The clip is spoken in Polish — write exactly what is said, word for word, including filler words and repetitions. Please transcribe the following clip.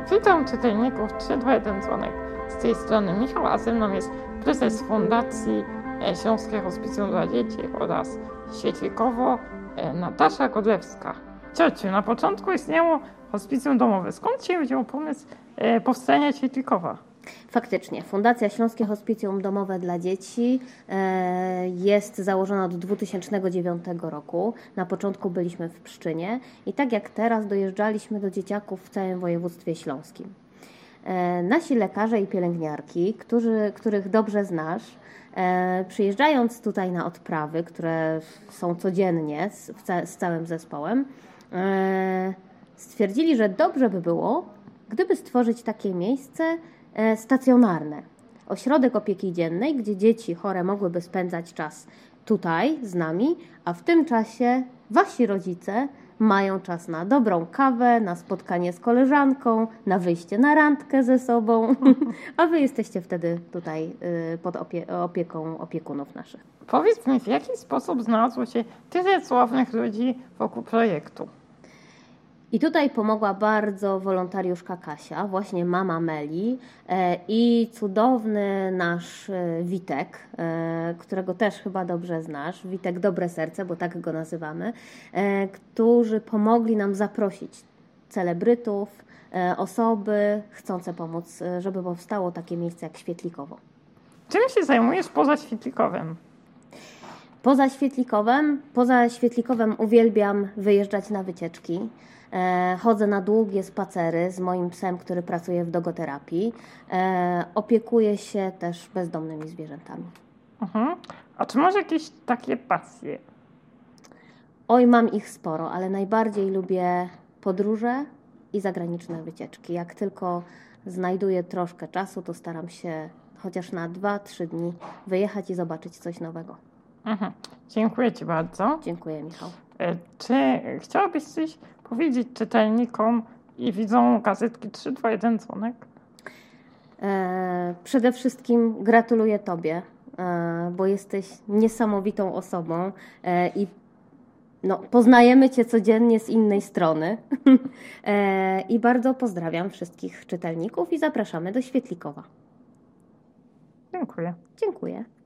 Witam czytelników trzy dwa jeden dzwonek. Z tej strony Michał, a ze mną jest prezes Fundacji Śląskie Hospicjum dla Dzieci oraz Świetlikowo Natasza Godlewska. Ciociu, na początku istniało hospicjum domowe. Skąd się wziął pomysł powstania Świetlikowa? Faktycznie, Fundacja Śląskie Hospicjum Domowe dla Dzieci jest założona od dwa tysiące dziewiątego roku. Na początku byliśmy w Pszczynie i tak jak teraz dojeżdżaliśmy do dzieciaków w całym województwie śląskim. Nasi lekarze i pielęgniarki, którzy, których dobrze znasz, przyjeżdżając tutaj na odprawy, które są codziennie z, z całym zespołem, stwierdzili, że dobrze by było, gdyby stworzyć takie miejsce stacjonarne. Ośrodek opieki dziennej, gdzie dzieci chore mogłyby spędzać czas tutaj z nami, a w tym czasie wasi rodzice mają czas na dobrą kawę, na spotkanie z koleżanką, na wyjście na randkę ze sobą, a wy jesteście wtedy tutaj pod opie- opieką opiekunów naszych. Powiedz mi, w jaki sposób znalazło się tyle sławnych ludzi wokół projektu? I tutaj pomogła bardzo wolontariuszka Kasia, właśnie mama Meli i cudowny nasz Witek, którego też chyba dobrze znasz, Witek Dobre Serce, bo tak go nazywamy, którzy pomogli nam zaprosić celebrytów, osoby chcące pomóc, żeby powstało takie miejsce jak Świetlikowo. Czym się zajmujesz poza Świetlikowem? Poza Świetlikowem, poza Świetlikowem uwielbiam wyjeżdżać na wycieczki. E, chodzę na długie spacery z moim psem, który pracuje w dogoterapii. E, opiekuję się też bezdomnymi zwierzętami. Mhm. A czy masz jakieś takie pasje? Oj, mam ich sporo, ale najbardziej lubię podróże i zagraniczne wycieczki. Jak tylko znajduję troszkę czasu, to staram się chociaż na dwa trzy dni wyjechać i zobaczyć coś nowego. Mhm. Dziękuję Ci bardzo. Dziękuję, Michał. E, czy chciałabyś coś powiedzieć czytelnikom i widzom gazetki trzy dwa jeden dzwonek? E, przede wszystkim gratuluję Tobie, e, bo jesteś niesamowitą osobą e, i no, poznajemy Cię codziennie z innej strony. e, I bardzo pozdrawiam wszystkich czytelników i zapraszamy do Świetlikowa. Dziękuję. Dziękuję.